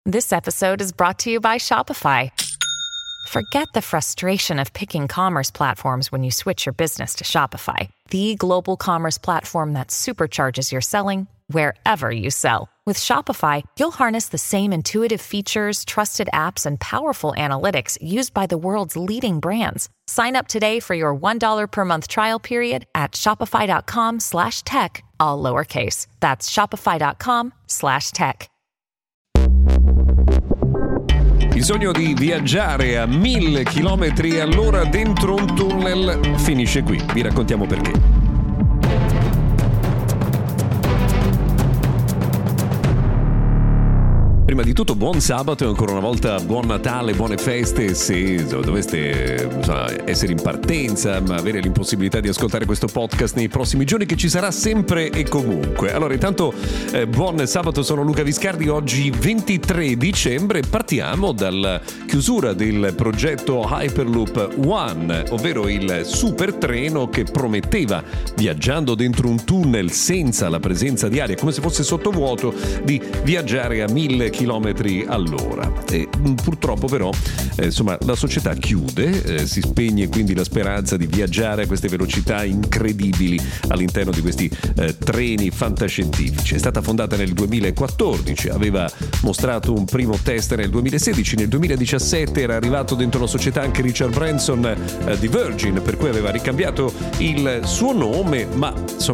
This episode is brought to you by Shopify. Forget the frustration of picking commerce platforms when you switch your business to Shopify, the global commerce platform that supercharges your selling wherever you sell. With Shopify, you'll harness the same intuitive features, trusted apps, and powerful analytics used by the world's leading brands. Sign up today for your $1 per month trial period at shopify.com/tech, all lowercase. That's shopify.com/tech. Il sogno di viaggiare a 1000 km all'ora dentro un tunnel finisce qui. Vi raccontiamo perché. Prima di tutto buon sabato e ancora una volta buon Natale, buone feste. Se doveste essere in partenza ma avere l'impossibilità di ascoltare questo podcast nei prossimi giorni, che ci sarà sempre e comunque. Allora intanto buon sabato, sono Luca Viscardi. Oggi 23 dicembre partiamo dalla chiusura del progetto Hyperloop One, ovvero il super treno che prometteva, viaggiando dentro un tunnel senza la presenza di aria, come se fosse sottovuoto, di viaggiare a 1000 chilometri all'ora. E purtroppo però la società chiude, si spegne quindi la speranza di viaggiare a queste velocità incredibili all'interno di questi treni fantascientifici. È stata fondata nel 2014, aveva mostrato un primo test nel 2016, nel 2017 era arrivato dentro la società anche Richard Branson di Virgin, per cui aveva ricambiato il suo nome, ma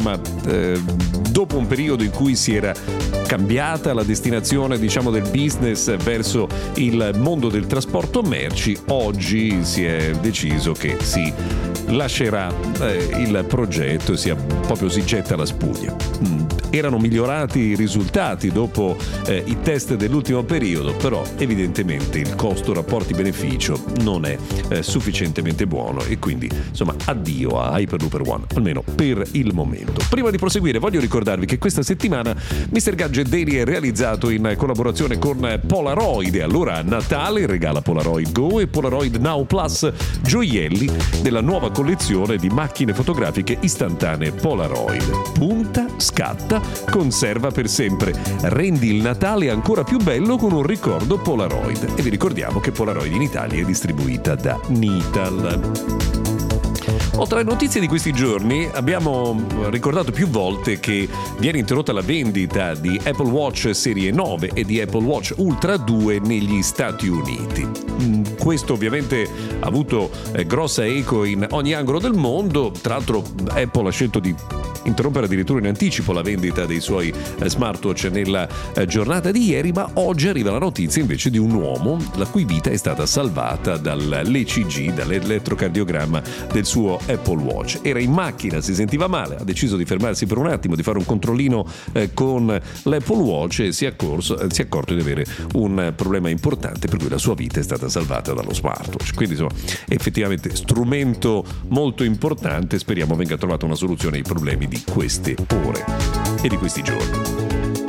dopo un periodo in cui si era cambiata la destinazione del business verso il mondo del trasporto merci, oggi si è deciso che si lascerà il progetto e si getta la spugna. Erano migliorati i risultati dopo i test dell'ultimo periodo, però evidentemente il costo rapporti-beneficio non è sufficientemente buono e quindi addio a Hyperloop One, almeno per il momento. Prima di proseguire voglio ricordarvi che questa settimana Mr. Gadget Daily è realizzato in collaborazione con Polaroid, e allora a Natale regala Polaroid Go e Polaroid Now Plus, gioielli della nuova collezione di macchine fotografiche istantanee Polaroid. Punta, scatta, conserva per sempre. Rendi il Natale ancora più bello con un ricordo Polaroid. E vi ricordiamo che Polaroid in Italia è distribuita da Nital. Tra le notizie di questi giorni abbiamo ricordato più volte che viene interrotta la vendita di Apple Watch Serie 9 e di Apple Watch Ultra 2 negli Stati Uniti. Questo ovviamente ha avuto grossa eco in ogni angolo del mondo. Tra l'altro Apple ha scelto di interrompere addirittura in anticipo la vendita dei suoi smartwatch nella giornata di ieri, ma oggi arriva la notizia invece di un uomo la cui vita è stata salvata dall'ECG, dall'elettrocardiogramma del suo Apple Watch. Era in macchina, si sentiva male, ha deciso di fermarsi per un attimo, di fare un controllino con l'Apple Watch e si è accorto di avere un problema importante, per cui la sua vita è stata salvata dallo smartwatch. Quindi effettivamente strumento molto importante. Speriamo venga trovata una soluzione ai problemi di queste ore e di questi giorni.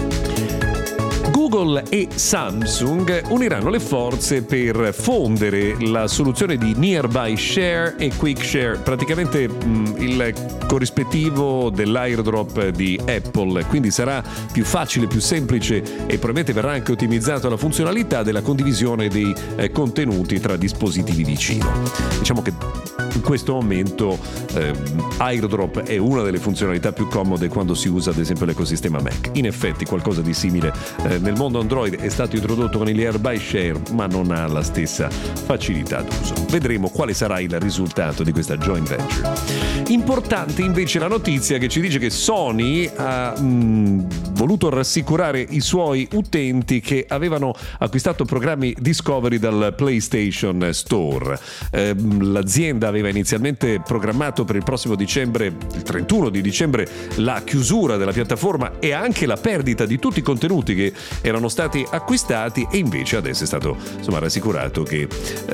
Google e Samsung uniranno le forze per fondere la soluzione di Nearby Share e Quick Share, praticamente il corrispettivo dell'AirDrop di Apple, quindi sarà più facile, più semplice e probabilmente verrà anche ottimizzata la funzionalità della condivisione dei contenuti tra dispositivi vicino. Diciamo che in questo momento AirDrop è una delle funzionalità più comode quando si usa ad esempio l'ecosistema Mac. In effetti qualcosa di simile nel mondo Android è stato introdotto con il Nearby Share, ma non ha la stessa facilità d'uso. Vedremo quale sarà il risultato di questa joint venture. Importante invece la notizia che ci dice che Sony ha voluto rassicurare i suoi utenti che avevano acquistato programmi Discovery dal PlayStation Store. L'azienda aveva inizialmente programmato per il prossimo dicembre, il 31 di dicembre, la chiusura della piattaforma e anche la perdita di tutti i contenuti che erano stati acquistati, e invece adesso è stato rassicurato che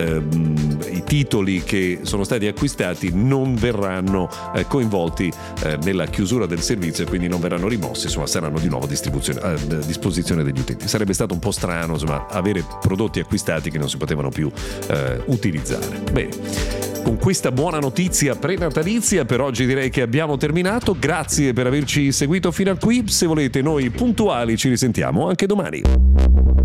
i titoli che sono stati acquistati non verranno coinvolti nella chiusura del servizio e quindi non verranno rimossi, saranno di nuovo a disposizione degli utenti. Sarebbe stato un po' strano avere prodotti acquistati che non si potevano più utilizzare. Bene. Con questa buona notizia prenatalizia per oggi direi che abbiamo terminato. Grazie per averci seguito fino a qui. Se volete noi puntuali ci risentiamo anche domani.